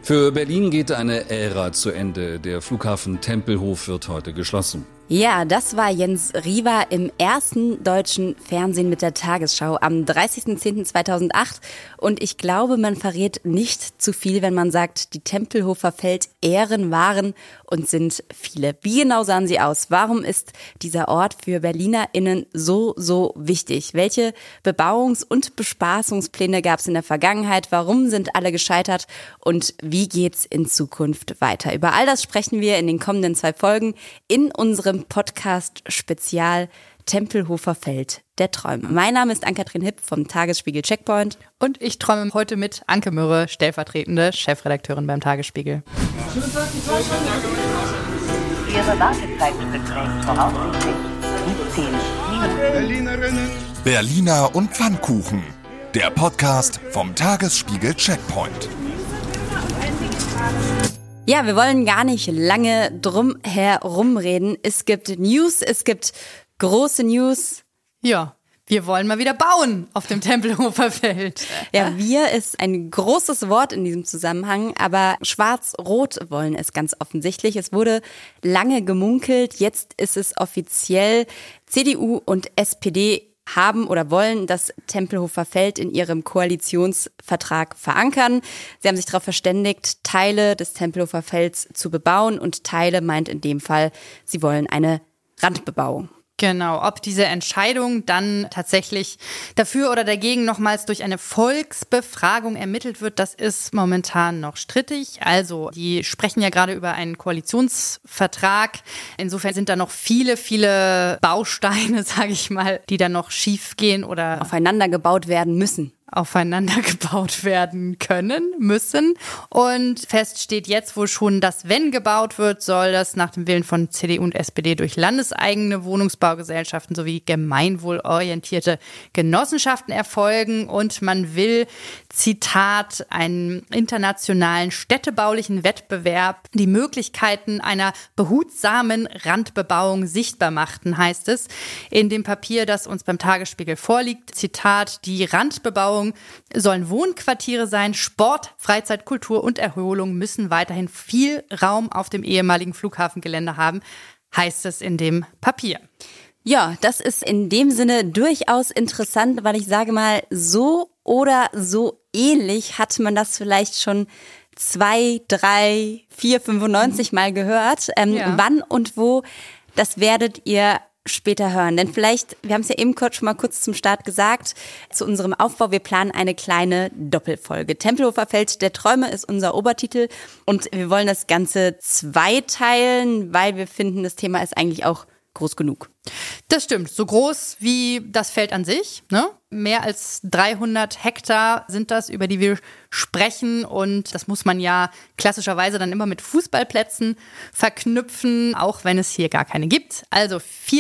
Für Berlin geht eine Ära zu Ende. Der Flughafen Tempelhof wird heute geschlossen. Ja, das war Jens Riva im ersten deutschen Fernsehen mit der Tagesschau am 30.10.2008. Und ich glaube, man verrät nicht zu viel, wenn man sagt, die Tempelhofer Feld-Ähren waren und sind viele. Wie genau sahen sie aus? Warum ist dieser Ort für BerlinerInnen so wichtig? Welche Bebauungs- und Bespaßungspläne gab es in der Vergangenheit? Warum sind alle gescheitert? Und wie geht's in Zukunft weiter? Über all das sprechen wir in den kommenden 2 Folgen in unserem Podcast-Spezial Tempelhofer Feld der Träume. Mein Name ist Ann-Kathrin Hipp vom Tagesspiegel Checkpoint. Und ich träume heute mit Anke Mürre, stellvertretende Chefredakteurin beim Tagesspiegel. Ihre Wartezeit beträgt voraussichtlich 17 Minuten. Berliner und Pfannkuchen. Der Podcast vom Tagesspiegel Checkpoint. Ja, wir wollen gar nicht lange drum herum reden. Es gibt News, es gibt große News. Ja, wir wollen mal wieder bauen auf dem Tempelhofer Feld. Ja, wir ist ein großes Wort in diesem Zusammenhang, aber Schwarz-Rot wollen es ganz offensichtlich. Es wurde lange gemunkelt, jetzt ist es offiziell. CDU und SPD haben oder wollen das Tempelhofer Feld in ihrem Koalitionsvertrag verankern. Sie haben sich darauf verständigt, Teile des Tempelhofer Felds zu bebauen und Teile meint in dem Fall, sie wollen eine Randbebauung. Genau, ob diese Entscheidung dann tatsächlich dafür oder dagegen nochmals durch eine Volksbefragung ermittelt wird, das ist momentan noch strittig. Also, die sprechen ja gerade über einen Koalitionsvertrag. Insofern sind da noch viele Bausteine, sage ich mal, die dann noch schief gehen oder aufeinander gebaut werden müssen. Aufeinander gebaut werden müssen. Und fest steht jetzt wohl schon, dass wenn gebaut wird, soll das nach dem Willen von CDU und SPD durch landeseigene Wohnungsbaugesellschaften sowie gemeinwohlorientierte Genossenschaften erfolgen. Und man will, Zitat, einen internationalen städtebaulichen Wettbewerb, die Möglichkeiten einer behutsamen Randbebauung sichtbar machten, heißt es in dem Papier, das uns beim Tagesspiegel vorliegt. Zitat, die Randbebauung sollen Wohnquartiere sein, Sport, Freizeit, Kultur und Erholung müssen weiterhin viel Raum auf dem ehemaligen Flughafengelände haben, heißt es in dem Papier. Ja, das ist in dem Sinne durchaus interessant, weil ich sage mal, so oder so ähnlich hat man das vielleicht schon 2, 3, 4, 95 Mal gehört. Wann und wo, das werdet ihr später hören. Denn vielleicht, wir haben es ja eben schon mal kurz zum Start gesagt, zu unserem Aufbau, wir planen eine kleine Doppelfolge. Tempelhofer Feld der Träume ist unser Obertitel und wir wollen das Ganze zweiteilen, weil wir finden, das Thema ist eigentlich auch groß genug. Das stimmt, so groß wie das Feld an sich, ne? Mehr als 300 Hektar sind das, über die wir sprechen und das muss man ja klassischerweise dann immer mit Fußballplätzen verknüpfen, auch wenn es hier gar keine gibt. Also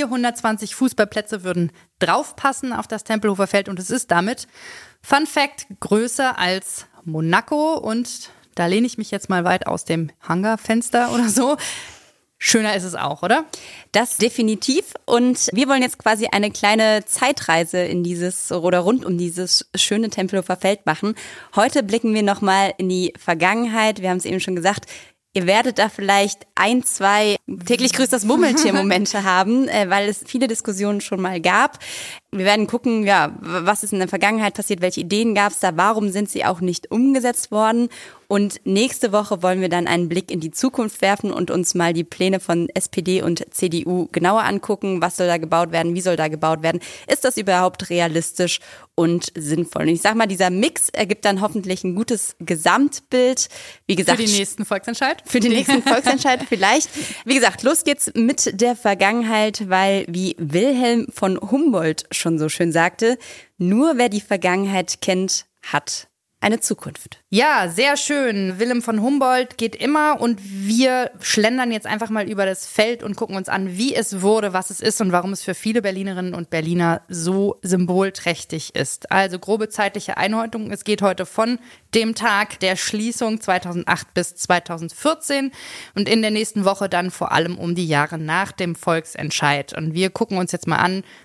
420 Fußballplätze würden draufpassen auf das Tempelhofer Feld und es ist damit, Fun Fact, größer als Monaco und da lehne ich mich jetzt mal weit aus dem Hangarfenster oder so. Schöner ist es auch, oder? Das definitiv. Und wir wollen jetzt quasi eine kleine Zeitreise in dieses oder rund um dieses schöne Tempelhofer Feld machen. Heute blicken wir nochmal in die Vergangenheit. Wir haben es eben schon gesagt. Ihr werdet da vielleicht 1, 2 täglich grüßt das Murmeltier-Momente haben, weil es viele Diskussionen schon mal gab. Wir werden gucken, ja, was ist in der Vergangenheit passiert, welche Ideen gab es da, warum sind sie auch nicht umgesetzt worden. Und nächste Woche wollen wir dann einen Blick in die Zukunft werfen und uns mal die Pläne von SPD und CDU genauer angucken. Was soll da gebaut werden? Wie soll da gebaut werden? Ist das überhaupt realistisch und sinnvoll? Und ich sag mal, dieser Mix ergibt dann hoffentlich ein gutes Gesamtbild. Wie gesagt, für den nächsten Volksentscheid? Für den nächsten Volksentscheid vielleicht. Wie gesagt, los geht's mit der Vergangenheit, weil wie Wilhelm von Humboldt schon so schön sagte, nur wer die Vergangenheit kennt, hat eine Zukunft. Ja, sehr schön. Wilhelm von Humboldt geht immer und wir schlendern jetzt einfach mal über das Feld und gucken uns an, wie es wurde, was es ist und warum es für viele Berlinerinnen und Berliner so symbolträchtig ist. Also grobe zeitliche Einordnung. Es geht heute von dem Tag der Schließung 2008 bis 2014 und in der nächsten Woche dann vor allem um die Jahre nach dem Volksentscheid. Und wir gucken uns jetzt mal an,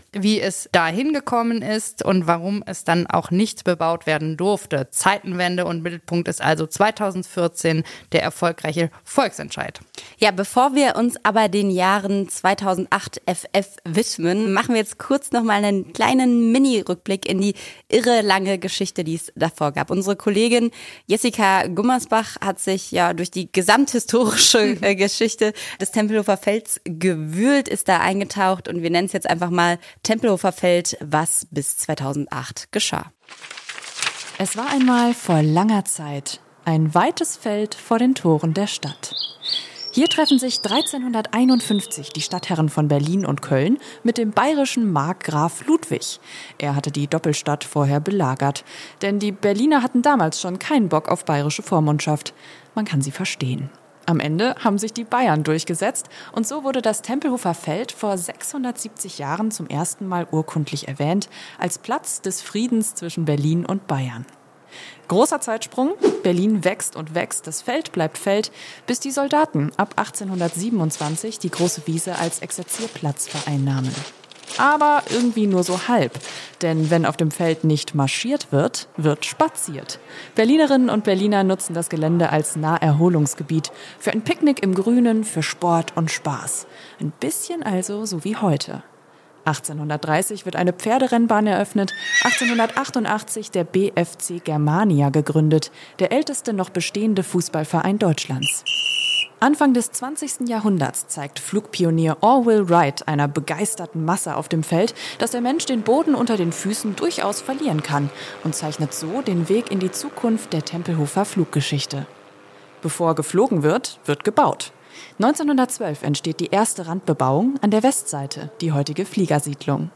wie es dahin gekommen ist und warum es dann auch nicht bebaut werden durfte. Zeitenwende und Mittelpunkt ist also 2014 der erfolgreiche Volksentscheid. Ja, bevor wir uns aber den Jahren 2008 FF widmen, machen wir jetzt kurz nochmal einen kleinen Mini-Rückblick in die irre lange Geschichte, die es davor gab. Unsere Kollegin Jessica Gummersbach hat sich ja durch die gesamthistorische Geschichte des Tempelhofer Felds gewühlt, ist da eingetaucht und wir nennen es jetzt einfach mal Tempelhofer Feld, was bis 2008 geschah. Es war einmal vor langer Zeit ein weites Feld vor den Toren der Stadt. Hier treffen sich 1351 die Stadtherren von Berlin und Köln mit dem bayerischen Markgraf Ludwig. Er hatte die Doppelstadt vorher belagert, denn die Berliner hatten damals schon keinen Bock auf bayerische Vormundschaft. Man kann sie verstehen. Am Ende haben sich die Bayern durchgesetzt und so wurde das Tempelhofer Feld vor 670 Jahren zum ersten Mal urkundlich erwähnt als Platz des Friedens zwischen Berlin und Bayern. Großer Zeitsprung, Berlin wächst und wächst, das Feld bleibt Feld, bis die Soldaten ab 1827 die große Wiese als Exerzierplatz vereinnahmen. Aber irgendwie nur so halb, denn wenn auf dem Feld nicht marschiert wird, wird spaziert. Berlinerinnen und Berliner nutzen das Gelände als Naherholungsgebiet für ein Picknick im Grünen, für Sport und Spaß. Ein bisschen also so wie heute. 1830 wird eine Pferderennbahn eröffnet, 1888 der BFC Germania gegründet, der älteste noch bestehende Fußballverein Deutschlands. Anfang des 20. Jahrhunderts zeigt Flugpionier Orville Wright einer begeisterten Masse auf dem Feld, dass der Mensch den Boden unter den Füßen durchaus verlieren kann und zeichnet so den Weg in die Zukunft der Tempelhofer Fluggeschichte. Bevor geflogen wird, wird gebaut. 1912 entsteht die erste Randbebauung an der Westseite, die heutige Fliegersiedlung.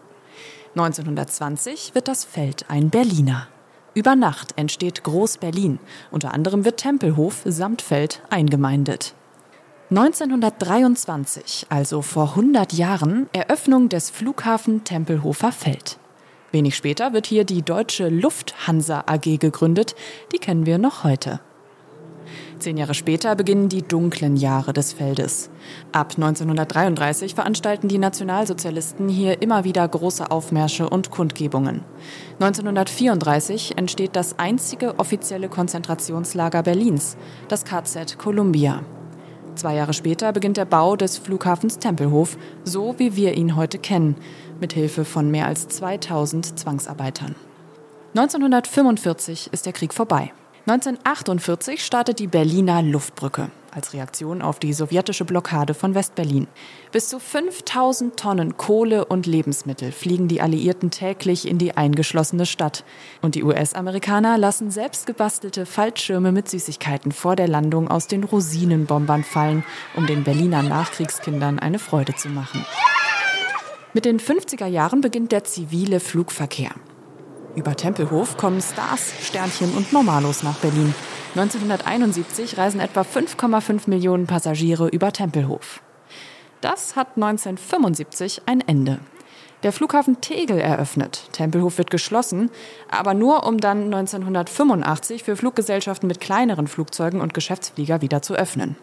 1920 wird das Feld ein Berliner. Über Nacht entsteht Groß-Berlin. Unter anderem wird Tempelhof samt Feld eingemeindet. 1923, also vor 100 Jahren, Eröffnung des Flughafen Tempelhofer Feld. Wenig später wird hier die Deutsche Lufthansa AG gegründet, die kennen wir noch heute. 10 Jahre später beginnen die dunklen Jahre des Feldes. Ab 1933 veranstalten die Nationalsozialisten hier immer wieder große Aufmärsche und Kundgebungen. 1934 entsteht das einzige offizielle Konzentrationslager Berlins, das KZ Columbia. 2 Jahre später beginnt der Bau des Flughafens Tempelhof, so wie wir ihn heute kennen, mit Hilfe von mehr als 2000 Zwangsarbeitern. 1945 ist der Krieg vorbei. 1948 startet die Berliner Luftbrücke als Reaktion auf die sowjetische Blockade von Westberlin. Bis zu 5000 Tonnen Kohle und Lebensmittel fliegen die Alliierten täglich in die eingeschlossene Stadt. Und die US-Amerikaner lassen selbstgebastelte Fallschirme mit Süßigkeiten vor der Landung aus den Rosinenbombern fallen, um den Berliner Nachkriegskindern eine Freude zu machen. Mit den 50er Jahren beginnt der zivile Flugverkehr. Über Tempelhof kommen Stars, Sternchen und Normalos nach Berlin. 1971 reisen etwa 5,5 Millionen Passagiere über Tempelhof. Das hat 1975 ein Ende. Der Flughafen Tegel eröffnet. Tempelhof wird geschlossen, aber nur um dann 1985 für Fluggesellschaften mit kleineren Flugzeugen und Geschäftsflieger wieder zu öffnen.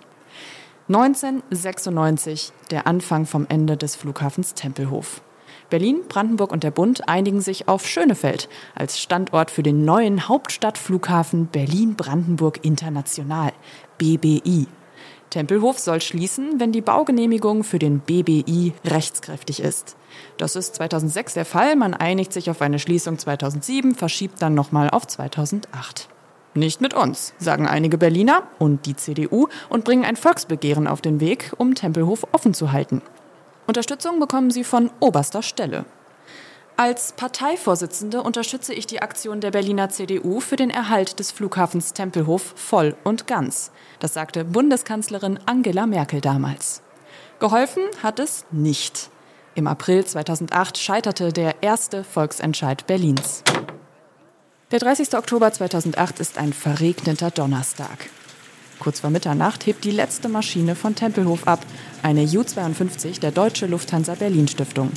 1996 der Anfang vom Ende des Flughafens Tempelhof. Berlin, Brandenburg und der Bund einigen sich auf Schönefeld als Standort für den neuen Hauptstadtflughafen Berlin-Brandenburg International, BBI. Tempelhof soll schließen, wenn die Baugenehmigung für den BBI rechtskräftig ist. Das ist 2006 der Fall, man einigt sich auf eine Schließung 2007, verschiebt dann nochmal auf 2008. Nicht mit uns, sagen einige Berliner und die CDU und bringen ein Volksbegehren auf den Weg, um Tempelhof offen zu halten. Unterstützung bekommen sie von oberster Stelle. Als Parteivorsitzende unterstütze ich die Aktion der Berliner CDU für den Erhalt des Flughafens Tempelhof voll und ganz. Das sagte Bundeskanzlerin Angela Merkel damals. Geholfen hat es nicht. Im April 2008 scheiterte der erste Volksentscheid Berlins. Der 30. Oktober 2008 ist ein verregneter Donnerstag. Kurz vor Mitternacht hebt die letzte Maschine von Tempelhof ab, eine Ju-52 der Deutsche Lufthansa Berlin Stiftung.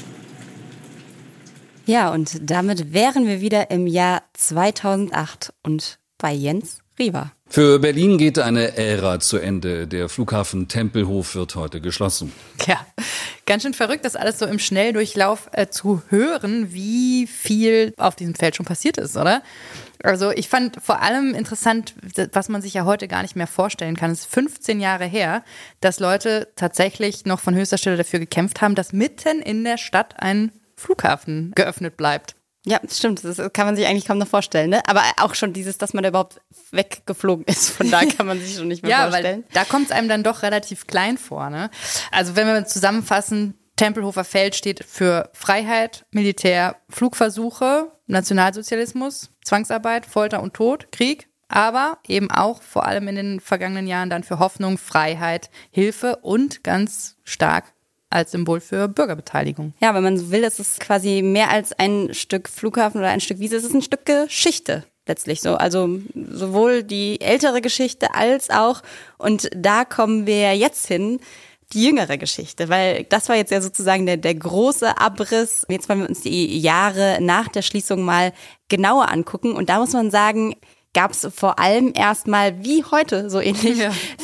Ja, und damit wären wir wieder im Jahr 2008 und bei Jens Riewer. Für Berlin geht eine Ära zu Ende. Der Flughafen Tempelhof wird heute geschlossen. Ja, ganz schön verrückt, das alles so im Schnelldurchlauf zu hören, wie viel auf diesem Feld schon passiert ist, oder? Also ich fand vor allem interessant, was man sich ja heute gar nicht mehr vorstellen kann. Es ist 15 Jahre her, dass Leute tatsächlich noch von höchster Stelle dafür gekämpft haben, dass mitten in der Stadt ein Flughafen geöffnet bleibt. Ja, das stimmt. Das kann man sich eigentlich kaum noch vorstellen, ne? Aber auch schon dieses, dass man da überhaupt weggeflogen ist. Von da kann man sich schon nicht mehr vorstellen. Ja, weil da kommt es einem dann doch relativ klein vor, ne? Also wenn wir zusammenfassen, Tempelhofer Feld steht für Freiheit, Militär, Flugversuche, Nationalsozialismus, Zwangsarbeit, Folter und Tod, Krieg, aber eben auch vor allem in den vergangenen Jahren dann für Hoffnung, Freiheit, Hilfe und ganz stark als Symbol für Bürgerbeteiligung. Ja, wenn man so will, ist es quasi mehr als ein Stück Flughafen oder ein Stück Wiese, es ist ein Stück Geschichte letztlich so. Also sowohl die ältere Geschichte als auch, und da kommen wir jetzt hin, die jüngere Geschichte, weil das war jetzt ja sozusagen der große Abriss. Jetzt wollen wir uns die Jahre nach der Schließung mal genauer angucken, und da muss man sagen, gab es vor allem erstmal wie heute so ähnlich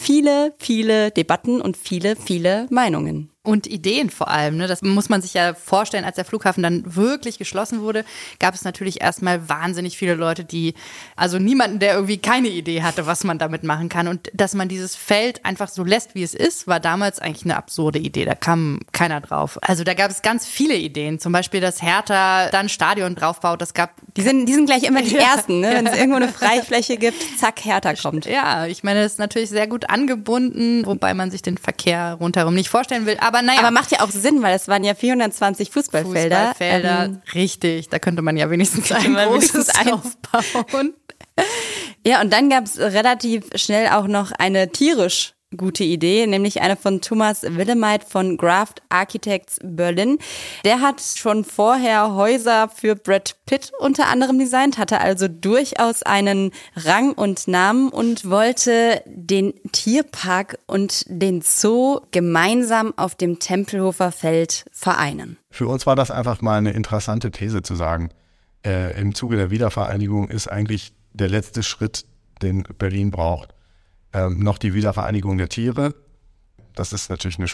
viele Debatten und viele Meinungen. Und Ideen vor allem, ne? Das muss man sich ja vorstellen, als der Flughafen dann wirklich geschlossen wurde, gab es natürlich erstmal wahnsinnig viele Leute, also niemanden, der irgendwie keine Idee hatte, was man damit machen kann. Und dass man dieses Feld einfach so lässt, wie es ist, war damals eigentlich eine absurde Idee. Da kam keiner drauf. Also da gab es ganz viele Ideen. Zum Beispiel, dass Hertha dann ein Stadion draufbaut. Die sind gleich immer die Ersten, ne? Wenn es irgendwo eine Freifläche gibt, zack, Hertha kommt. Ja, ich meine, das ist natürlich sehr gut angebunden, wobei man sich den Verkehr rundherum nicht vorstellen will. Aber naja. Aber macht ja auch Sinn, weil es waren ja 420 Fußballfelder. Richtig. Da könnte man ja wenigstens ein großes aufbauen. Ja, und dann gab es relativ schnell auch noch eine tierisch gute Idee, nämlich eine von Thomas Willemeit von Graft Architects Berlin. Der hat schon vorher Häuser für Brad Pitt unter anderem designt, hatte also durchaus einen Rang und Namen und wollte den Tierpark und den Zoo gemeinsam auf dem Tempelhofer Feld vereinen. Für uns war das einfach mal eine interessante These zu sagen. Im Zuge der Wiedervereinigung ist eigentlich der letzte Schritt, den Berlin braucht, noch die Wiedervereinigung der Tiere. Das ist natürlich ein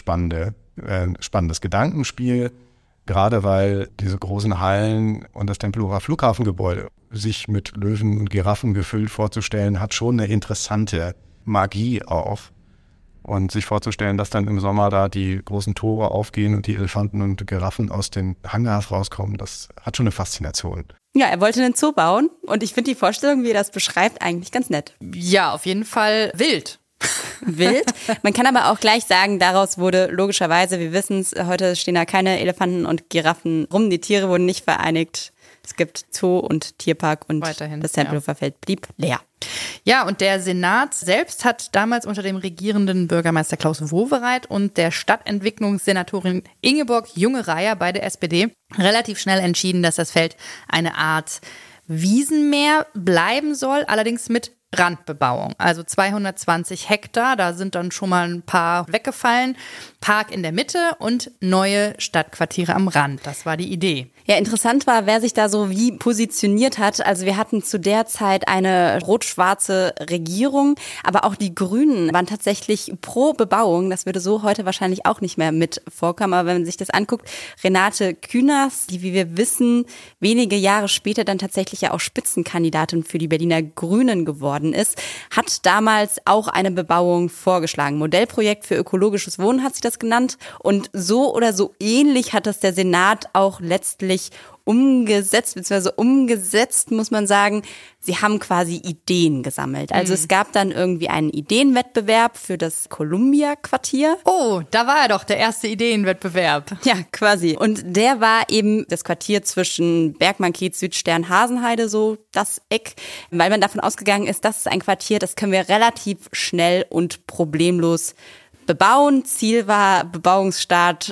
spannendes Gedankenspiel, gerade weil diese großen Hallen und das Tempelhofer Flughafengebäude sich mit Löwen und Giraffen gefüllt vorzustellen, hat schon eine interessante Magie auf. Und sich vorzustellen, dass dann im Sommer da die großen Tore aufgehen und die Elefanten und Giraffen aus den Hangars rauskommen, das hat schon eine Faszination. Ja, er wollte einen Zoo bauen, und ich finde die Vorstellung, wie er das beschreibt, eigentlich ganz nett. Ja, auf jeden Fall wild. Wild. Man kann aber auch gleich sagen, daraus wurde logischerweise, wir wissen es, heute stehen da keine Elefanten und Giraffen rum, die Tiere wurden nicht vereinigt. Es gibt Zoo und Tierpark, und weiterhin, das Tempelhofer Feld blieb leer. Ja, und der Senat selbst hat damals unter dem regierenden Bürgermeister Klaus Wowereit und der Stadtentwicklungssenatorin Ingeborg Junge-Reyer bei der SPD relativ schnell entschieden, dass das Feld eine Art Wiesenmeer bleiben soll, allerdings mit Randbebauung, also 220 Hektar, da sind dann schon mal ein paar weggefallen, Park in der Mitte und neue Stadtquartiere am Rand, das war die Idee. Ja, interessant war, wer sich da so wie positioniert hat. Also wir hatten zu der Zeit eine rot-schwarze Regierung, aber auch die Grünen waren tatsächlich pro Bebauung. Das würde so heute wahrscheinlich auch nicht mehr mit vorkommen. Aber wenn man sich das anguckt, Renate Künast, die, wie wir wissen, wenige Jahre später dann tatsächlich ja auch Spitzenkandidatin für die Berliner Grünen geworden ist, hat damals auch eine Bebauung vorgeschlagen. Modellprojekt für ökologisches Wohnen hat sie das genannt. Und so oder so ähnlich hat das der Senat auch letztlich umgesetzt, muss man sagen. Sie haben quasi Ideen gesammelt. Also es gab dann irgendwie einen Ideenwettbewerb für das Columbia-Quartier. Oh, da war ja doch der erste Ideenwettbewerb. Ja, quasi. Und der war eben das Quartier zwischen Bergmann-Kiez, Südstern, Hasenheide, so das Eck. Weil man davon ausgegangen ist, das ist ein Quartier, das können wir relativ schnell und problemlos bebauen. Ziel war Bebauungsstart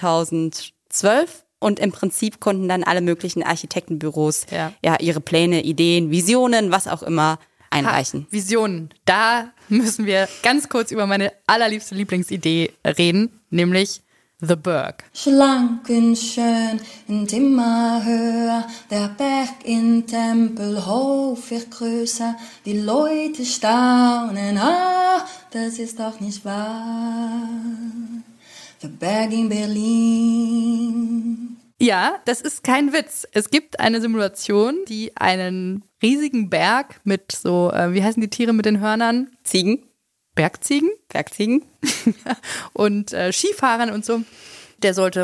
2012. Und im Prinzip konnten dann alle möglichen Architektenbüros ihre Pläne, Ideen, Visionen, was auch immer einreichen. Visionen. Da müssen wir ganz kurz über meine allerliebste Lieblingsidee reden, nämlich The Berg. Schlank und schön und immer höher, der Berg in Tempelhof wird größer, die Leute staunen, das ist doch nicht wahr. Der Berg in Berlin. Ja, das ist kein Witz. Es gibt eine Simulation, die einen riesigen Berg mit so, wie heißen die Tiere mit den Hörnern? Ziegen. Bergziegen? Bergziegen. Und Skifahrern und so. Der sollte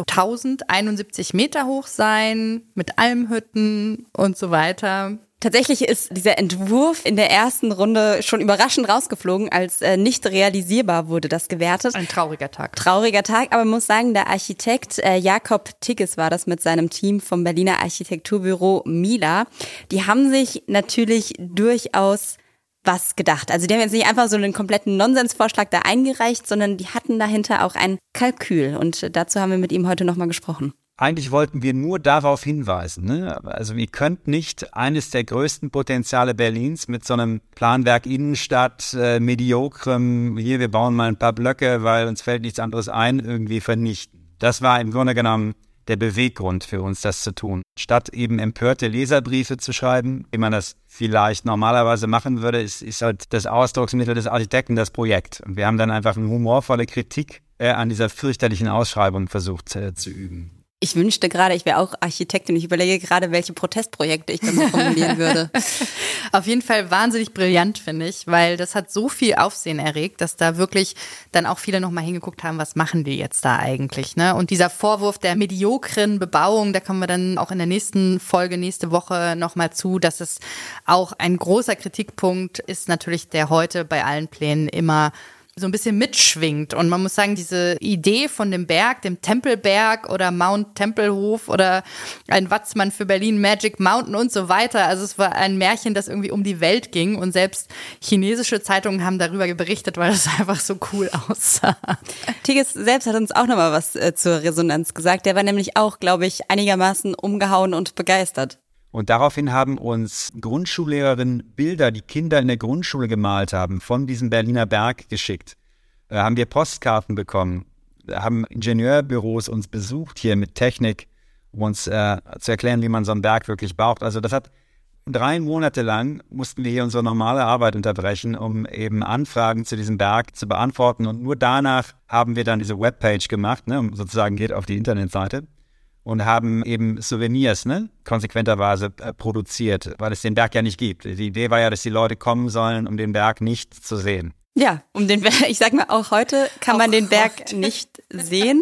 1071 Meter hoch sein, mit Almhütten und so weiter. Tatsächlich ist dieser Entwurf in der ersten Runde schon überraschend rausgeflogen, als nicht realisierbar wurde das gewertet. Ein trauriger Tag. Trauriger Tag, aber man muss sagen, der Architekt Jakob Tigges war das mit seinem Team vom Berliner Architekturbüro Mila. Die haben sich natürlich durchaus was gedacht. Also die haben jetzt nicht einfach so einen kompletten Nonsensvorschlag da eingereicht, sondern die hatten dahinter auch ein Kalkül. Und dazu haben wir mit ihm heute nochmal gesprochen. Eigentlich wollten wir nur darauf hinweisen, ne? Also ihr könnt nicht eines der größten Potenziale Berlins mit so einem Planwerk Innenstadt, mediokrem, hier wir bauen mal ein paar Blöcke, weil uns fällt nichts anderes ein, irgendwie vernichten. Das war im Grunde genommen der Beweggrund für uns, das zu tun. Statt eben empörte Leserbriefe zu schreiben, wie man das vielleicht normalerweise machen würde, ist halt das Ausdrucksmittel des Architekten das Projekt. Und wir haben dann einfach eine humorvolle Kritik an dieser fürchterlichen Ausschreibung versucht zu üben. Ich wünschte gerade, ich wäre auch Architektin. Ich überlege gerade, welche Protestprojekte ich dann so formulieren würde. Auf jeden Fall wahnsinnig brillant, finde ich, weil das hat so viel Aufsehen erregt, dass da wirklich dann auch viele nochmal hingeguckt haben, was machen die jetzt da eigentlich, ne? Und dieser Vorwurf der mediokren Bebauung, da kommen wir dann auch in der nächsten Folge, nächste Woche nochmal zu, dass es auch ein großer Kritikpunkt ist natürlich, der heute bei allen Plänen immer so ein bisschen mitschwingt. Und man muss sagen, diese Idee von dem Berg, dem Tempelberg oder Mount Tempelhof oder ein Watzmann für Berlin, Magic Mountain und so weiter. Also es war ein Märchen, das irgendwie um die Welt ging und selbst chinesische Zeitungen haben darüber berichtet, weil das einfach so cool aussah. Tigges selbst hat uns auch nochmal was zur Resonanz gesagt. Der war nämlich auch, glaube ich, einigermaßen umgehauen und begeistert. Und daraufhin haben uns Grundschullehrerinnen Bilder, die Kinder in der Grundschule gemalt haben, von diesem Berliner Berg geschickt. Haben wir Postkarten bekommen, haben Ingenieurbüros uns besucht hier mit Technik, um uns zu erklären, wie man so einen Berg wirklich baut. Also das hat 3 Monate lang mussten wir hier unsere normale Arbeit unterbrechen, um eben Anfragen zu diesem Berg zu beantworten. Und nur danach haben wir dann diese Webpage gemacht, ne, sozusagen geht auf die Internetseite. Und haben eben Souvenirs, ne, konsequenterweise produziert, weil es den Berg ja nicht gibt. Die Idee war ja, dass die Leute kommen sollen, um den Berg nicht zu sehen. Ja, um den Berg, ich sag mal, auch heute kann man den Berg nicht sehen.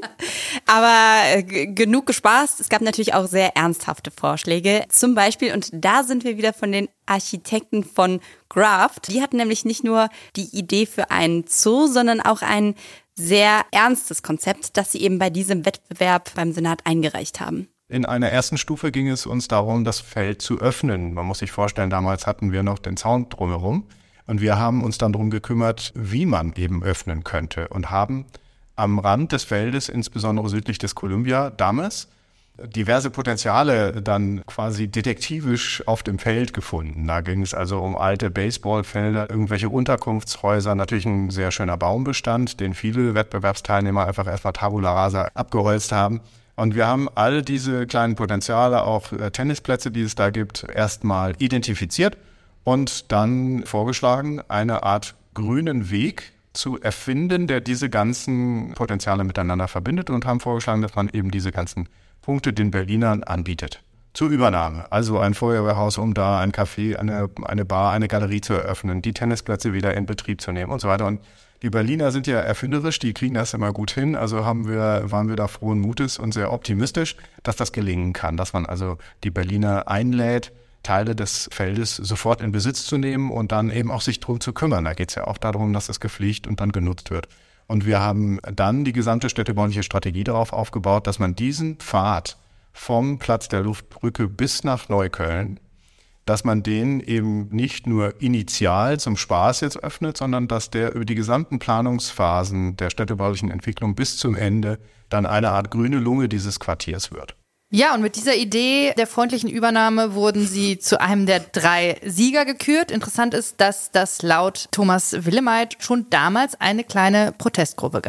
Aber genug gespaßt. Es gab natürlich auch sehr ernsthafte Vorschläge. Zum Beispiel, und da sind wir wieder von den Architekten von Graft. Die hatten nämlich nicht nur die Idee für einen Zoo, sondern auch ein sehr ernstes Konzept, das sie eben bei diesem Wettbewerb beim Senat eingereicht haben. In einer ersten Stufe ging es uns darum, das Feld zu öffnen. Man muss sich vorstellen, damals hatten wir noch den Zaun drumherum und wir haben uns dann darum gekümmert, wie man eben öffnen könnte und haben am Rand des Feldes, insbesondere südlich des Columbia-Dammes, diverse Potenziale dann quasi detektivisch auf dem Feld gefunden. Da ging es also um alte Baseballfelder, irgendwelche Unterkunftshäuser, natürlich ein sehr schöner Baumbestand, den viele Wettbewerbsteilnehmer einfach erstmal Tabula Rasa abgeholzt haben. Und wir haben all diese kleinen Potenziale, auch Tennisplätze, die es da gibt, erstmal identifiziert und dann vorgeschlagen, eine Art grünen Weg zu erfinden, der diese ganzen Potenziale miteinander verbindet und haben vorgeschlagen, dass man eben diese ganzen Punkte den Berlinern anbietet. Zur Übernahme, also ein Feuerwehrhaus, um da ein Café, eine Bar, eine Galerie zu eröffnen, die Tennisplätze wieder in Betrieb zu nehmen und so weiter. Und die Berliner sind ja erfinderisch, die kriegen das immer gut hin, also waren wir da frohen Mutes und sehr optimistisch, dass das gelingen kann, dass man also die Berliner einlädt, Teile des Feldes sofort in Besitz zu nehmen und dann eben auch sich drum zu kümmern. Da geht es ja auch darum, dass es gepflegt und dann genutzt wird. Und wir haben dann die gesamte städtebauliche Strategie darauf aufgebaut, dass man diesen Pfad vom Platz der Luftbrücke bis nach Neukölln, dass man den eben nicht nur initial zum Spaß jetzt öffnet, sondern dass der über die gesamten Planungsphasen der städtebaulichen Entwicklung bis zum Ende dann eine Art grüne Lunge dieses Quartiers wird. Ja, und mit dieser Idee der freundlichen Übernahme wurden sie zu einem der 3 Sieger gekürt. Interessant ist, dass das laut Thomas Willemeit schon damals eine kleine Protestgruppe gab.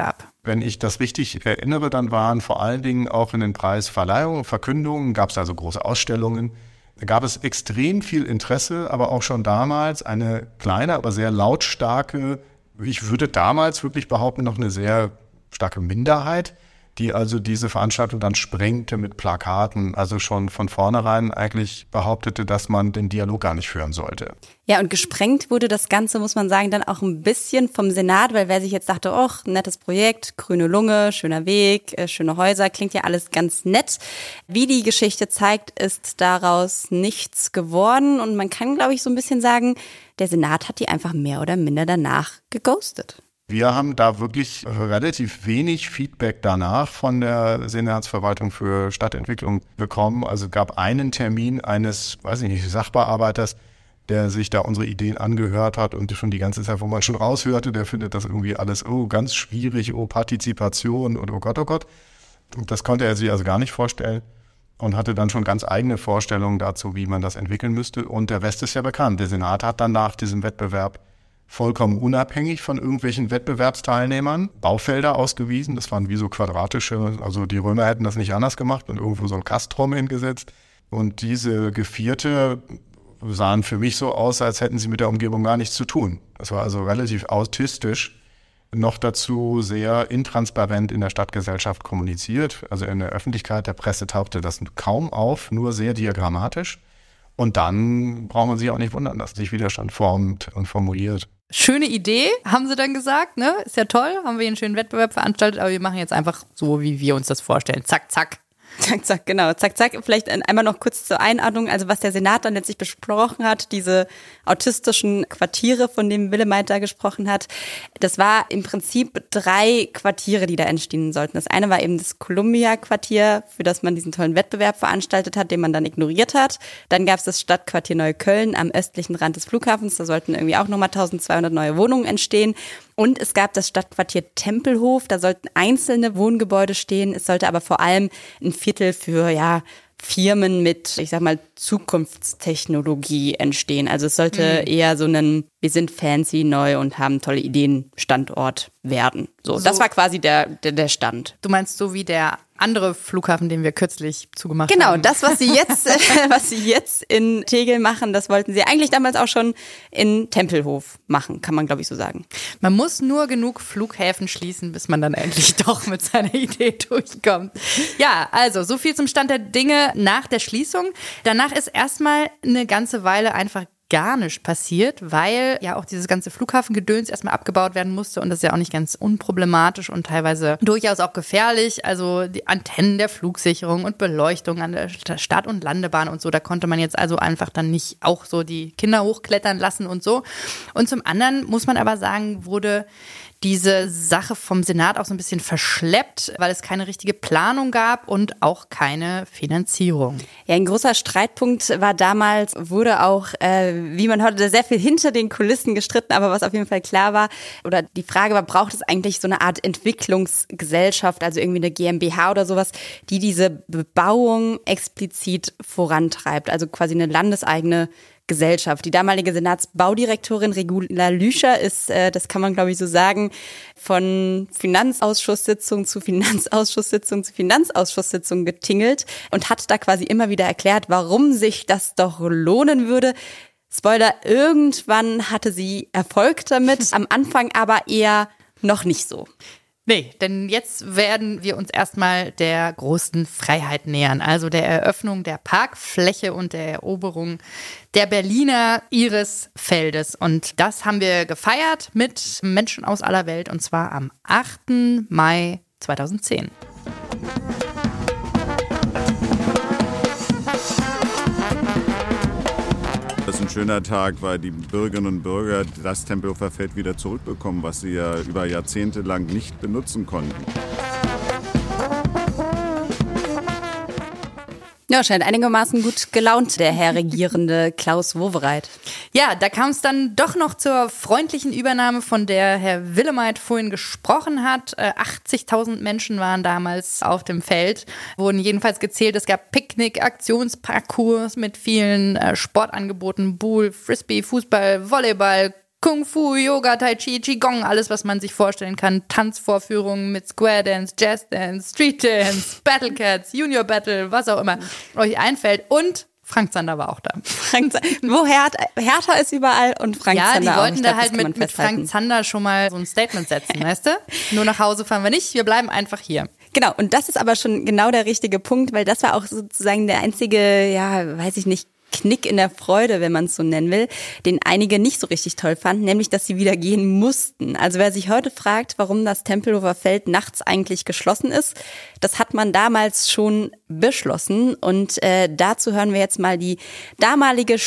Wenn ich das richtig erinnere, dann waren vor allen Dingen auch in den Preisverleihungen, Verkündungen, gab es also große Ausstellungen. Da gab es extrem viel Interesse, aber auch schon damals eine kleine, aber sehr lautstarke, ich würde damals wirklich behaupten, noch eine sehr starke Minderheit, die also diese Veranstaltung dann sprengte mit Plakaten, also schon von vornherein eigentlich behauptete, dass man den Dialog gar nicht führen sollte. Ja, und gesprengt wurde das Ganze, muss man sagen, dann auch ein bisschen vom Senat, weil wer sich jetzt dachte, nettes Projekt, grüne Lunge, schöner Weg, schöne Häuser, klingt ja alles ganz nett. Wie die Geschichte zeigt, ist daraus nichts geworden und man kann, glaube ich, so ein bisschen sagen, der Senat hat die einfach mehr oder minder danach geghostet. Wir haben da wirklich relativ wenig Feedback danach von der Senatsverwaltung für Stadtentwicklung bekommen. Also es gab einen Termin eines, Sachbearbeiters, der sich da unsere Ideen angehört hat und schon die ganze Zeit, wo man schon raushörte, der findet das irgendwie alles, ganz schwierig, Partizipation und oh Gott. Und das konnte er sich also gar nicht vorstellen und hatte dann schon ganz eigene Vorstellungen dazu, wie man das entwickeln müsste. Und der Rest ist ja bekannt. Der Senat hat dann nach diesem Wettbewerb vollkommen unabhängig von irgendwelchen Wettbewerbsteilnehmern Baufelder ausgewiesen. Das waren wie so quadratische, also die Römer hätten das nicht anders gemacht und irgendwo so ein Kastrum hingesetzt. Und diese Gevierte sahen für mich so aus, als hätten sie mit der Umgebung gar nichts zu tun. Das war also relativ autistisch, noch dazu sehr intransparent in der Stadtgesellschaft kommuniziert. Also in der Öffentlichkeit, der Presse tauchte das kaum auf, nur sehr diagrammatisch. Und dann braucht man sich auch nicht wundern, dass sich Widerstand formt und formuliert. Schöne Idee, haben sie dann gesagt, ne? Ist ja toll, haben wir hier einen schönen Wettbewerb veranstaltet, aber wir machen jetzt einfach so, wie wir uns das vorstellen. Zack, zack. Zack, zack, genau. Zack, zack. Vielleicht einmal noch kurz zur Einordnung. Also was der Senat dann letztlich besprochen hat, diese autistischen Quartiere, von denen Willemeit da gesprochen hat, das war im Prinzip 3 Quartiere, die da entstehen sollten. Das eine war eben das Columbia-Quartier, für das man diesen tollen Wettbewerb veranstaltet hat, den man dann ignoriert hat. Dann gab es das Stadtquartier Neukölln am östlichen Rand des Flughafens. Da sollten irgendwie auch nochmal 1200 neue Wohnungen entstehen. Und es gab das Stadtquartier Tempelhof, da sollten einzelne Wohngebäude stehen. Es sollte aber vor allem ein Viertel für Firmen mit, Zukunftstechnologie entstehen. Also es sollte eher so wir sind fancy, neu und haben tolle Ideen Standort werden. So, das war quasi der Stand. Du meinst so wie der andere Flughafen, den wir kürzlich zugemacht haben? Genau, das, was sie jetzt in Tegel machen, das wollten sie eigentlich damals auch schon in Tempelhof machen, kann man, glaube ich, so sagen. Man muss nur genug Flughäfen schließen, bis man dann endlich doch mit seiner Idee durchkommt. Ja, also so viel zum Stand der Dinge nach der Schließung. Danach ist erstmal eine ganze Weile einfach gar nichts passiert, weil ja auch dieses ganze Flughafengedöns erstmal abgebaut werden musste und das ist ja auch nicht ganz unproblematisch und teilweise durchaus auch gefährlich. Also die Antennen der Flugsicherung und Beleuchtung an der Start- und Landebahn und so, da konnte man jetzt also einfach dann nicht auch so die Kinder hochklettern lassen und so. Und zum anderen muss man aber sagen, wurde diese Sache vom Senat auch so ein bisschen verschleppt, weil es keine richtige Planung gab und auch keine Finanzierung. Ja, ein großer Streitpunkt war damals, wurde auch, wie man hörte, sehr viel hinter den Kulissen gestritten, aber was auf jeden Fall klar war, oder die Frage war, braucht es eigentlich so eine Art Entwicklungsgesellschaft, also irgendwie eine GmbH oder sowas, die diese Bebauung explizit vorantreibt, also quasi eine landeseigene Gesellschaft. Die damalige Senatsbaudirektorin Regula Lüscher ist, das kann man glaube ich so sagen, von Finanzausschusssitzung zu Finanzausschusssitzung zu Finanzausschusssitzung getingelt und hat da quasi immer wieder erklärt, warum sich das doch lohnen würde. Spoiler, irgendwann hatte sie Erfolg damit, am Anfang aber eher noch nicht so. Nee, denn jetzt werden wir uns erstmal der großen Freiheit nähern, also der Eröffnung der Parkfläche und der Eroberung der Berliner Irisfeldes. Und das haben wir gefeiert mit Menschen aus aller Welt und zwar am 8. Mai 2010. Das ist ein schöner Tag, weil die Bürgerinnen und Bürger das Tempelhofer Feld wieder zurückbekommen, was sie ja über Jahrzehnte lang nicht benutzen konnten. Ja, scheint einigermaßen gut gelaunt, der Herr Regierende Klaus Wowereit. Ja, da kam es dann doch noch zur freundlichen Übernahme, von der Herr Willemeit vorhin gesprochen hat. 80.000 Menschen waren damals auf dem Feld, wurden jedenfalls gezählt. Es gab Picknick, Aktionsparcours mit vielen Sportangeboten, Boule, Frisbee, Fußball, Volleyball, Kung Fu, Yoga, Tai Chi, Qigong, alles, was man sich vorstellen kann. Tanzvorführungen mit Square Dance, Jazz Dance, Street Dance, Battle Cats, Junior Battle, was auch immer euch einfällt. Und Frank Zander war auch da. Hertha ist überall und Frank Zander auch. Ja, die wollten da halt mit Frank Zander schon mal so ein Statement setzen, weißt du? Nur nach Hause fahren wir nicht, wir bleiben einfach hier. Genau, und das ist aber schon genau der richtige Punkt, weil das war auch sozusagen der einzige, ja, weiß ich nicht, Knick in der Freude, wenn man es so nennen will, den einige nicht so richtig toll fanden, nämlich, dass sie wieder gehen mussten. Also wer sich heute fragt, warum das Tempelhofer Feld nachts eigentlich geschlossen ist, das hat man damals schon beschlossen. Und dazu hören wir jetzt mal die damalige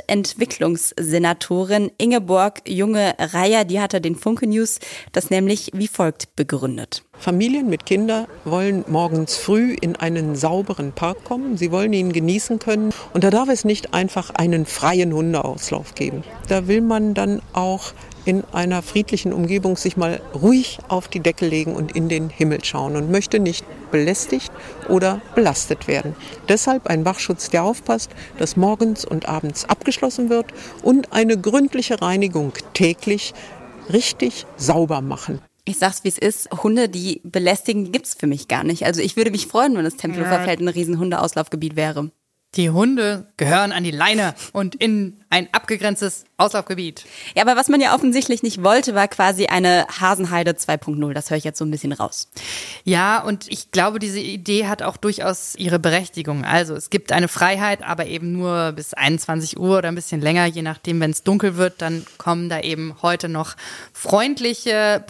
Stadtentwicklungssenatorin Ingeborg Junge-Reyer, die hatte den Funke News das nämlich wie folgt begründet. Familien mit Kindern wollen morgens früh in einen sauberen Park kommen. Sie wollen ihn genießen können. Und da darf es nicht einfach einen freien Hundeauslauf geben. Da will man dann auch in einer friedlichen Umgebung sich mal ruhig auf die Decke legen und in den Himmel schauen und möchte nicht belästigt oder belastet werden. Deshalb ein Wachschutz, der aufpasst, dass morgens und abends abgeschlossen wird und eine gründliche Reinigung täglich richtig sauber machen. Ich sag's, wie es ist, Hunde, die belästigen, die gibt's für mich gar nicht. Also ich würde mich freuen, wenn das Tempelhofer Feld ein riesen Hundeauslaufgebiet wäre. Die Hunde gehören an die Leine und in ein abgegrenztes Auslaufgebiet. Ja, aber was man ja offensichtlich nicht wollte, war quasi eine Hasenheide 2.0. Das höre ich jetzt so ein bisschen raus. Ja, und ich glaube, diese Idee hat auch durchaus ihre Berechtigung. Also es gibt eine Freiheit, aber eben nur bis 21 Uhr oder ein bisschen länger, je nachdem, wenn es dunkel wird, dann kommen da eben heute noch freundliche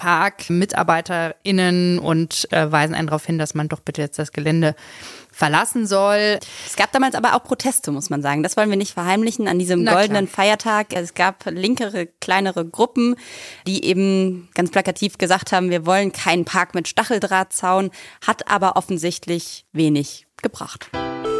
ParkmitarbeiterInnen und weisen einen darauf hin, dass man doch bitte jetzt das Gelände verlassen soll. Es gab damals aber auch Proteste, muss man sagen. Das wollen wir nicht verheimlichen an diesem goldenen Feiertag. Es gab linkere, kleinere Gruppen, die eben ganz plakativ gesagt haben, wir wollen keinen Park mit Stacheldrahtzaun, hat aber offensichtlich wenig gebracht.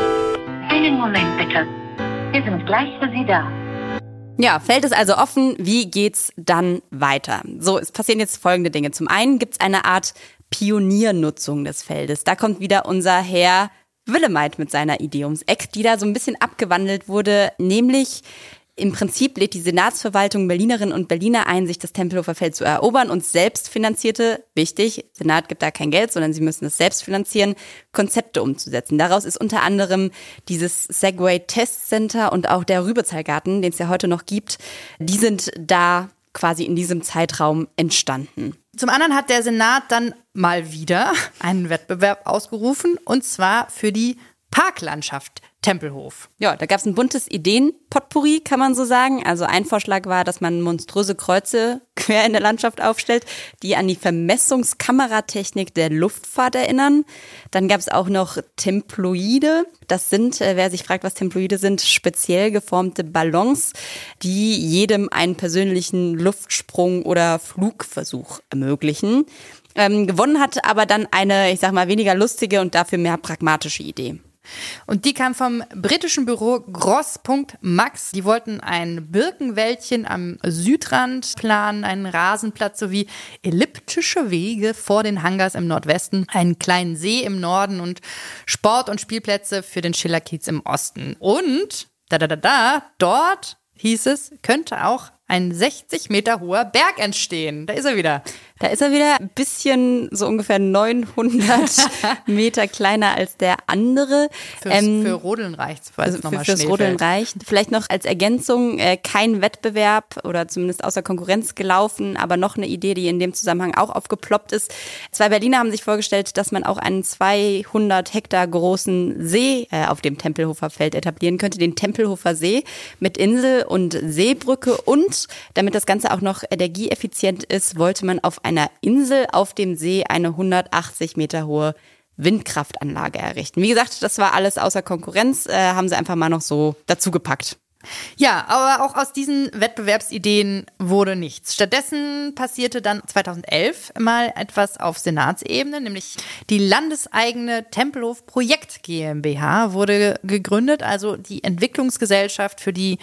Einen Moment bitte. Wir sind gleich für Sie da. Ja, Feld ist also offen. Wie geht's dann weiter? So, es passieren jetzt folgende Dinge. Zum einen gibt's eine Art Pioniernutzung des Feldes. Da kommt wieder unser Herr Willemeit mit seiner Idee ums Eck, die da so ein bisschen abgewandelt wurde, nämlich im Prinzip lädt die Senatsverwaltung Berlinerinnen und Berliner ein, sich das Tempelhofer Feld zu erobern und selbstfinanzierte, wichtig, Senat gibt da kein Geld, sondern sie müssen es selbst finanzieren, Konzepte umzusetzen. Daraus ist unter anderem dieses Segway Test Center und auch der Rübezahlgarten, den es ja heute noch gibt, die sind da quasi in diesem Zeitraum entstanden. Zum anderen hat der Senat dann mal wieder einen Wettbewerb ausgerufen, und zwar für die Parklandschaft Tempelhof. Ja, da gab es ein buntes Ideen-Potpourri, kann man so sagen. Also ein Vorschlag war, dass man monströse Kreuze quer in der Landschaft aufstellt, die an die Vermessungskameratechnik der Luftfahrt erinnern. Dann gab es auch noch Temploide. Das sind, wer sich fragt, was Temploide sind, speziell geformte Ballons, die jedem einen persönlichen Luftsprung oder Flugversuch ermöglichen. Gewonnen hat aber dann eine, ich sag mal, weniger lustige und dafür mehr pragmatische Idee. Und die kam vom britischen Büro Gross.Max. Die wollten ein Birkenwäldchen am Südrand planen, einen Rasenplatz sowie elliptische Wege vor den Hangars im Nordwesten, einen kleinen See im Norden und Sport- und Spielplätze für den Schillerkiez im Osten. Und dort, hieß es, könnte auch ein 60 Meter hoher Berg entstehen. Da ist er wieder. Ein bisschen so ungefähr 900 Meter kleiner als der andere. Für Rodeln reicht's, weil es nochmal Schnee fällt. Fürs Rodeln reicht. Vielleicht noch als Ergänzung, kein Wettbewerb oder zumindest außer Konkurrenz gelaufen, aber noch eine Idee, die in dem Zusammenhang auch aufgeploppt ist. 2 Berliner haben sich vorgestellt, dass man auch einen 200 Hektar großen See auf dem Tempelhofer Feld etablieren könnte, den Tempelhofer See mit Insel und Seebrücke, und damit das Ganze auch noch energieeffizient ist, wollte man auf einer Insel auf dem See eine 180 Meter hohe Windkraftanlage errichten. Wie gesagt, das war alles außer Konkurrenz, haben sie einfach mal noch so dazu gepackt. Ja, aber auch aus diesen Wettbewerbsideen wurde nichts. Stattdessen passierte dann 2011 mal etwas auf Senatsebene, nämlich die landeseigene Tempelhof Projekt GmbH wurde gegründet, also die Entwicklungsgesellschaft, für die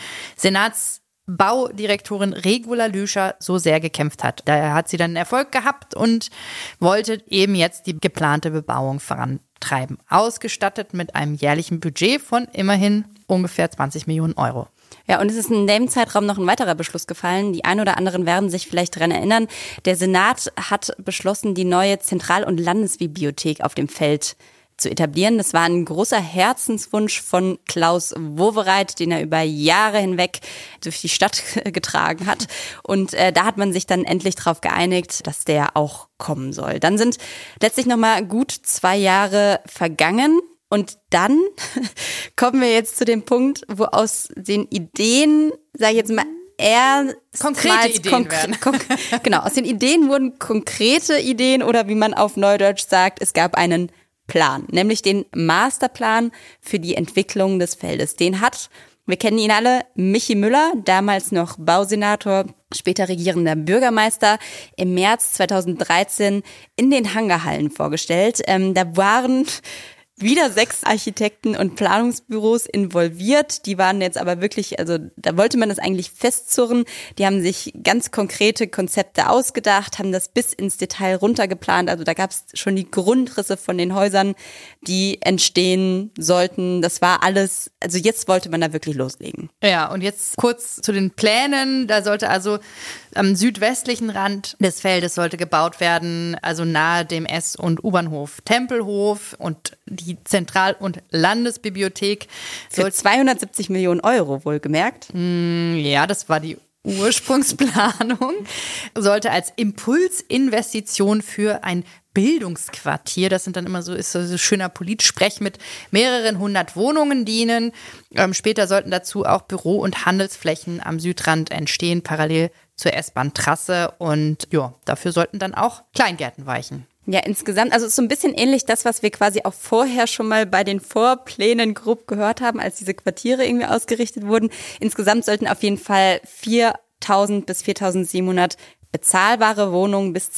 Senatsbaudirektorin Regula Lüscher so sehr gekämpft hat. Daher hat sie dann Erfolg gehabt und wollte eben jetzt die geplante Bebauung vorantreiben. Ausgestattet mit einem jährlichen Budget von immerhin ungefähr 20 Millionen Euro. Ja, und es ist in dem Zeitraum noch ein weiterer Beschluss gefallen. Die einen oder anderen werden sich vielleicht daran erinnern. Der Senat hat beschlossen, die neue Zentral- und Landesbibliothek auf dem Feld zu etablieren. Das war ein großer Herzenswunsch von Klaus Wowereit, den er über Jahre hinweg durch die Stadt getragen hat. Und da hat man sich dann endlich darauf geeinigt, dass der auch kommen soll. Dann sind letztlich nochmal gut 2 Jahre vergangen. Und dann kommen wir jetzt zu dem Punkt, wo aus den Ideen, sage ich jetzt mal, genau, aus den Ideen wurden konkrete Ideen oder wie man auf Neudeutsch sagt, es gab einen Plan, nämlich den Masterplan für die Entwicklung des Feldes. Den hat, wir kennen ihn alle, Michi Müller, damals noch Bausenator, später regierender Bürgermeister, im März 2013 in den Hangarhallen vorgestellt. Da waren wieder 6 Architekten und Planungsbüros involviert. Die waren jetzt aber wirklich, also da wollte man das eigentlich festzurren. Die haben sich ganz konkrete Konzepte ausgedacht, haben das bis ins Detail runtergeplant. Also da gab es schon die Grundrisse von den Häusern, die entstehen sollten. Das war alles, also jetzt wollte man da wirklich loslegen. Ja, und jetzt kurz zu den Plänen. Da sollte also am südwestlichen Rand des Feldes sollte gebaut werden, also nahe dem S- und U-Bahnhof Tempelhof, und die Zentral- und Landesbibliothek. Für 270 Millionen Euro wohlgemerkt. Ja, das war die Ursprungsplanung. Sollte als Impulsinvestition für ein Bildungsquartier, das sind dann immer ist so schöner Politsprech, mit mehreren 100 Wohnungen dienen. Später sollten dazu auch Büro- und Handelsflächen am Südrand entstehen, parallel zur S-Bahn-Trasse, und ja, dafür sollten dann auch Kleingärten weichen. Ja, insgesamt, also es ist so ein bisschen ähnlich das, was wir quasi auch vorher schon mal bei den Vorplänen grob gehört haben, als diese Quartiere irgendwie ausgerichtet wurden. Insgesamt sollten auf jeden Fall 4.000 bis 4.700 bezahlbare Wohnungen bis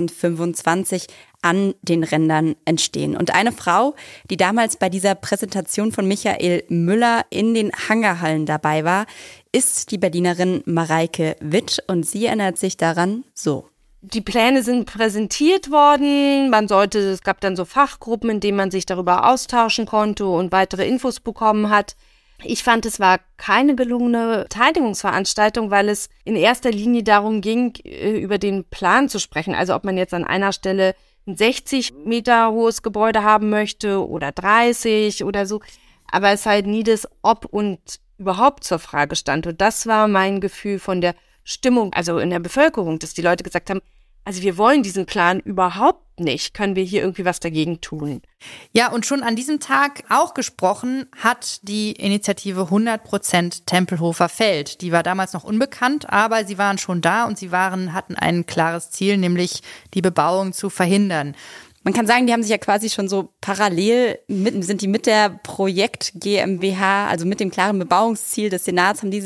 2025 an den Rändern entstehen. Und eine Frau, die damals bei dieser Präsentation von Michael Müller in den Hangarhallen dabei war, ist die Berlinerin Mareike Witt, und sie erinnert sich daran so. Die Pläne sind präsentiert worden, es gab dann so Fachgruppen, in denen man sich darüber austauschen konnte und weitere Infos bekommen hat. Ich fand, es war keine gelungene Beteiligungsveranstaltung, weil es in erster Linie darum ging, über den Plan zu sprechen. Also ob man jetzt an einer Stelle ein 60 Meter hohes Gebäude haben möchte oder 30 oder so. Aber es halt nie das Ob und überhaupt zur Frage stand. Und das war mein Gefühl von der Stimmung, also in der Bevölkerung, dass die Leute gesagt haben, also wir wollen diesen Plan überhaupt nicht. Können wir hier irgendwie was dagegen tun? Ja, und schon an diesem Tag auch gesprochen hat die Initiative 100% Tempelhofer Feld. Die war damals noch unbekannt, aber sie waren schon da und sie hatten ein klares Ziel, nämlich die Bebauung zu verhindern. Man kann sagen, die haben sich ja quasi schon so parallel sind die mit der Projekt GmbH, also mit dem klaren Bebauungsziel des Senats, haben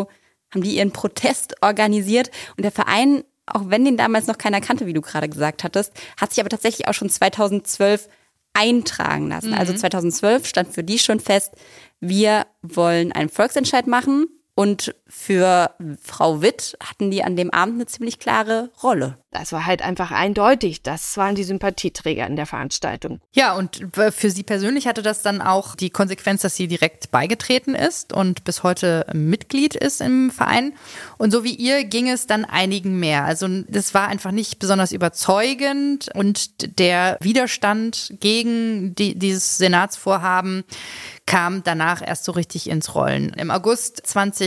die ihren Protest organisiert, und der Verein, auch wenn den damals noch keiner kannte, wie du gerade gesagt hattest, hat sich aber tatsächlich auch schon 2012 eintragen lassen. Also 2012 stand für die schon fest, wir wollen einen Volksentscheid machen, und für Frau Witt hatten die an dem Abend eine ziemlich klare Rolle. Das war halt einfach eindeutig. Das waren die Sympathieträger in der Veranstaltung. Ja, und für sie persönlich hatte das dann auch die Konsequenz, dass sie direkt beigetreten ist und bis heute Mitglied ist im Verein. Und so wie ihr ging es dann einigen mehr. Also das war einfach nicht besonders überzeugend, und der Widerstand gegen dieses Senatsvorhaben kam danach erst so richtig ins Rollen. Im August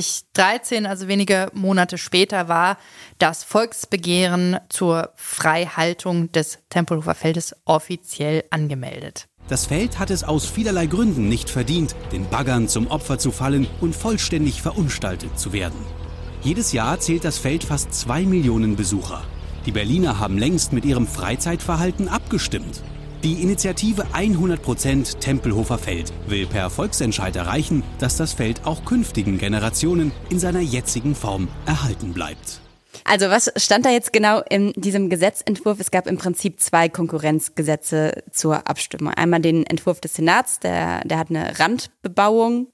2013, also wenige Monate später, war das Volksbegehren zur Freihaltung des Tempelhofer Feldes offiziell angemeldet. Das Feld hat es aus vielerlei Gründen nicht verdient, den Baggern zum Opfer zu fallen und vollständig verunstaltet zu werden. Jedes Jahr zählt das Feld fast 2 Millionen Besucher. Die Berliner haben längst mit ihrem Freizeitverhalten abgestimmt. Die Initiative 100% Tempelhofer Feld will per Volksentscheid erreichen, dass das Feld auch künftigen Generationen in seiner jetzigen Form erhalten bleibt. Also was stand da jetzt genau in diesem Gesetzentwurf? Es gab im Prinzip 2 Konkurrenzgesetze zur Abstimmung. Einmal den Entwurf des Senats, der hat eine Randbebauung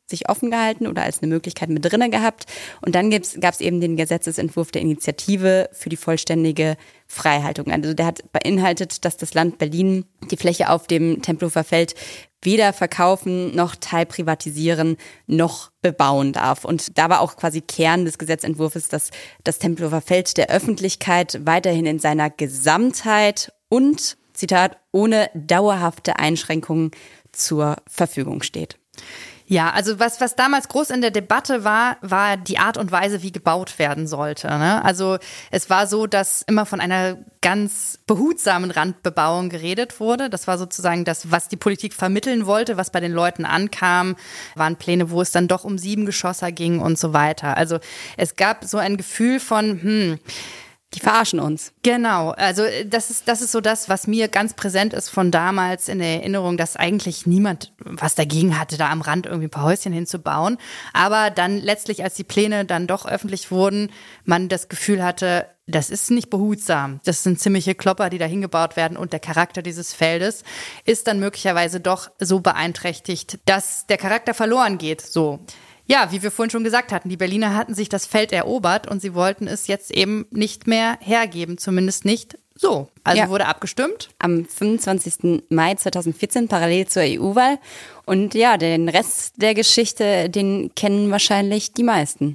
sich offen gehalten oder als eine Möglichkeit mit drinne gehabt. Und dann gab es eben den Gesetzesentwurf der Initiative für die vollständige Freihaltung. Also der hat beinhaltet, dass das Land Berlin die Fläche auf dem Tempelhofer Feld weder verkaufen noch teilprivatisieren noch bebauen darf. Und da war auch quasi Kern des Gesetzentwurfs, dass das Tempelhofer Feld der Öffentlichkeit weiterhin in seiner Gesamtheit und, Zitat, ohne dauerhafte Einschränkungen zur Verfügung steht. Ja, also was damals groß in der Debatte war die Art und Weise, wie gebaut werden sollte. Ne? Also es war so, dass immer von einer ganz behutsamen Randbebauung geredet wurde. Das war sozusagen das, was die Politik vermitteln wollte, was bei den Leuten ankam. Waren Pläne, wo es dann doch um 7 Geschosser ging und so weiter. Also es gab so ein Gefühl von, die verarschen uns. Genau, also das ist so das, was mir ganz präsent ist von damals in der Erinnerung, dass eigentlich niemand was dagegen hatte, da am Rand irgendwie ein paar Häuschen hinzubauen. Aber dann letztlich, als die Pläne dann doch öffentlich wurden, man das Gefühl hatte, das ist nicht behutsam. Das sind ziemliche Klopper, die da hingebaut werden und der Charakter dieses Feldes ist dann möglicherweise doch so beeinträchtigt, dass der Charakter verloren geht, so. Ja, wie wir vorhin schon gesagt hatten, die Berliner hatten sich das Feld erobert und sie wollten es jetzt eben nicht mehr hergeben, zumindest nicht so. Also wurde abgestimmt. Am 25. Mai 2014, parallel zur EU-Wahl. Und ja, den Rest der Geschichte, den kennen wahrscheinlich die meisten.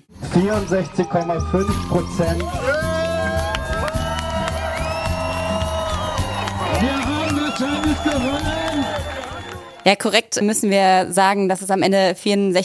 64,5%. Wir haben wahrscheinlich gewonnen. Ja, korrekt müssen wir sagen, dass es am Ende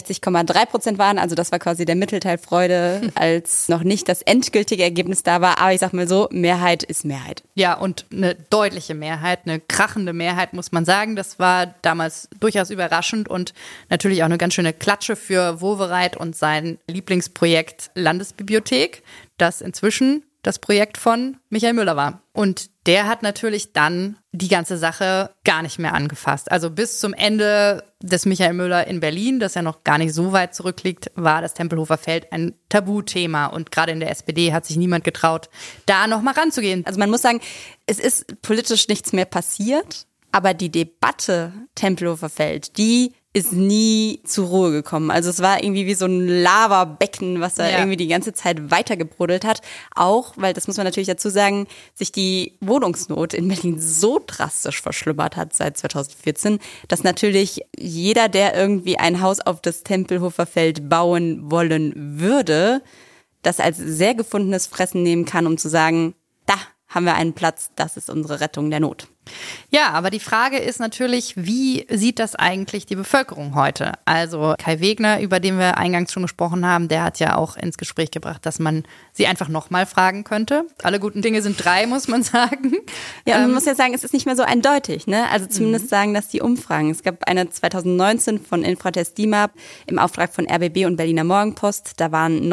64,3% waren. Also das war quasi der Mittelteil Freude, als noch nicht das endgültige Ergebnis da war. Aber ich sag mal so, Mehrheit ist Mehrheit. Ja, und eine deutliche Mehrheit, eine krachende Mehrheit, muss man sagen. Das war damals durchaus überraschend und natürlich auch eine ganz schöne Klatsche für Wowereit und sein Lieblingsprojekt Landesbibliothek, das inzwischen das Projekt von Michael Müller war. Und der hat natürlich dann die ganze Sache gar nicht mehr angefasst. Also bis zum Ende des Michael Müller in Berlin, das ja noch gar nicht so weit zurückliegt, war das Tempelhofer Feld ein Tabuthema. Und gerade in der SPD hat sich niemand getraut, da nochmal ranzugehen. Also man muss sagen, es ist politisch nichts mehr passiert, aber die Debatte Tempelhofer Feld, die ist nie zur Ruhe gekommen. Also es war irgendwie wie so ein Lavabecken, was da irgendwie die ganze Zeit weitergebrodelt hat. Auch, weil, das muss man natürlich dazu sagen, sich die Wohnungsnot in Berlin so drastisch verschlimmert hat seit 2014, dass natürlich jeder, der irgendwie ein Haus auf das Tempelhofer Feld bauen wollen würde, das als sehr gefundenes Fressen nehmen kann, um zu sagen, da haben wir einen Platz, das ist unsere Rettung der Not. Ja, aber die Frage ist natürlich, wie sieht das eigentlich die Bevölkerung heute? Also Kai Wegner, über den wir eingangs schon gesprochen haben, der hat ja auch ins Gespräch gebracht, dass man sie einfach nochmal fragen könnte. Alle guten Dinge sind 3, muss man sagen. Ja, und man muss ja sagen, es ist nicht mehr so eindeutig, ne? Also zumindest sagen das die Umfragen. Es gab eine 2019 von Infratest DIMAP im Auftrag von RBB und Berliner Morgenpost. Da waren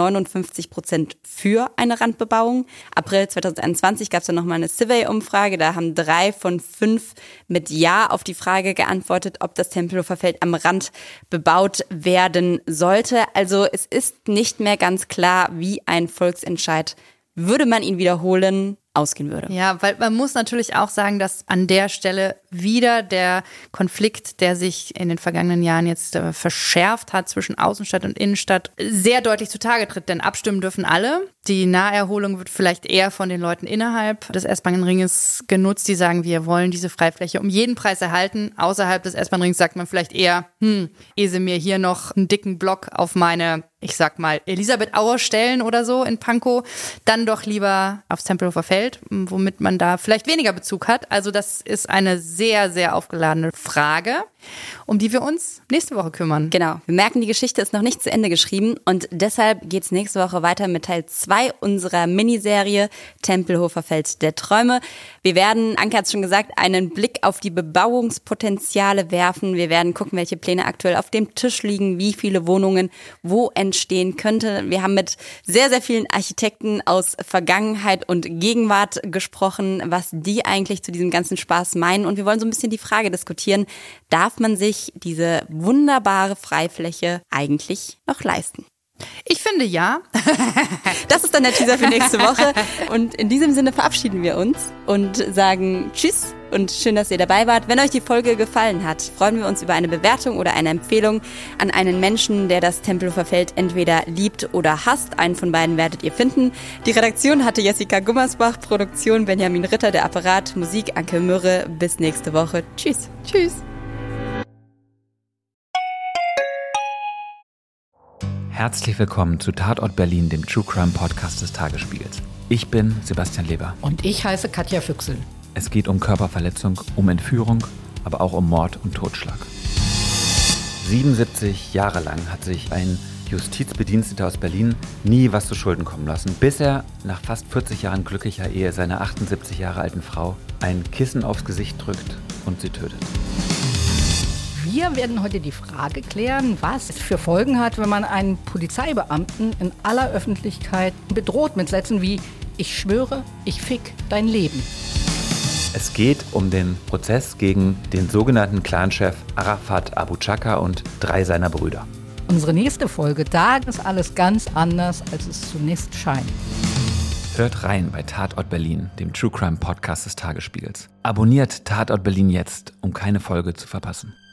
59% für eine Randbebauung. April 2021 gab es dann nochmal eine Survey-Umfrage. Da haben 3 von 5 mit Ja auf die Frage geantwortet, ob das Tempelhofer Feld am Rand bebaut werden sollte. Also es ist nicht mehr ganz klar, wie ein Volksentscheid, würde man ihn wiederholen, ausgehen würde. Ja, weil man muss natürlich auch sagen, dass an der Stelle wieder der Konflikt, der sich in den vergangenen Jahren jetzt verschärft hat zwischen Außenstadt und Innenstadt, sehr deutlich zutage tritt. Denn abstimmen dürfen alle. Die Naherholung wird vielleicht eher von den Leuten innerhalb des S-Bahn-Ringes genutzt, die sagen, wir wollen diese Freifläche um jeden Preis erhalten. Außerhalb des S-Bahn-Rings sagt man vielleicht eher, ehe sie mir hier noch einen dicken Block auf meine, ich sag mal, Elisabeth-Auer stellen oder so in Pankow, dann doch lieber aufs Tempelhofer Feld, womit man da vielleicht weniger Bezug hat. Also das ist eine sehr, sehr aufgeladene Frage, um die wir uns nächste Woche kümmern. Genau. Wir merken, die Geschichte ist noch nicht zu Ende geschrieben und deshalb geht's nächste Woche weiter mit Teil 2 unserer Miniserie Tempelhofer Feld der Träume. Wir werden, Anke hat es schon gesagt, einen Blick auf die Bebauungspotenziale werfen. Wir werden gucken, welche Pläne aktuell auf dem Tisch liegen, wie viele Wohnungen wo entstehen könnte. Wir haben mit sehr, sehr vielen Architekten aus Vergangenheit und Gegenwart gesprochen, was die eigentlich zu diesem ganzen Spaß meinen. Und wir wollen so ein bisschen die Frage diskutieren, darf man sich diese wunderbare Freifläche eigentlich noch leisten? Ich finde ja. Das ist dann der Teaser für nächste Woche. Und in diesem Sinne verabschieden wir uns und sagen Tschüss und schön, dass ihr dabei wart. Wenn euch die Folge gefallen hat, freuen wir uns über eine Bewertung oder eine Empfehlung an einen Menschen, der das Tempelhofer Feld entweder liebt oder hasst. Einen von beiden werdet ihr finden. Die Redaktion hatte Jessica Gummersbach, Produktion Benjamin Ritter, der Apparat, Musik Anke Mürre. Bis nächste Woche. Tschüss. Tschüss. Herzlich willkommen zu Tatort Berlin, dem True Crime Podcast des Tagesspiegels. Ich bin Sebastian Leber. Und ich heiße Katja Füchsel. Es geht um Körperverletzung, um Entführung, aber auch um Mord und Totschlag. 77 Jahre lang hat sich ein Justizbediensteter aus Berlin nie was zu Schulden kommen lassen, bis er nach fast 40 Jahren glücklicher Ehe seiner 78 Jahre alten Frau ein Kissen aufs Gesicht drückt und sie tötet. Wir werden heute die Frage klären, was es für Folgen hat, wenn man einen Polizeibeamten in aller Öffentlichkeit bedroht mit Sätzen wie „Ich schwöre, ich fick dein Leben". Es geht um den Prozess gegen den sogenannten Clanchef Arafat Abu Chaka und 3 seiner Brüder. Unsere nächste Folge, da ist alles ganz anders, als es zunächst scheint. Hört rein bei Tatort Berlin, dem True Crime Podcast des Tagesspiegels. Abonniert Tatort Berlin jetzt, um keine Folge zu verpassen.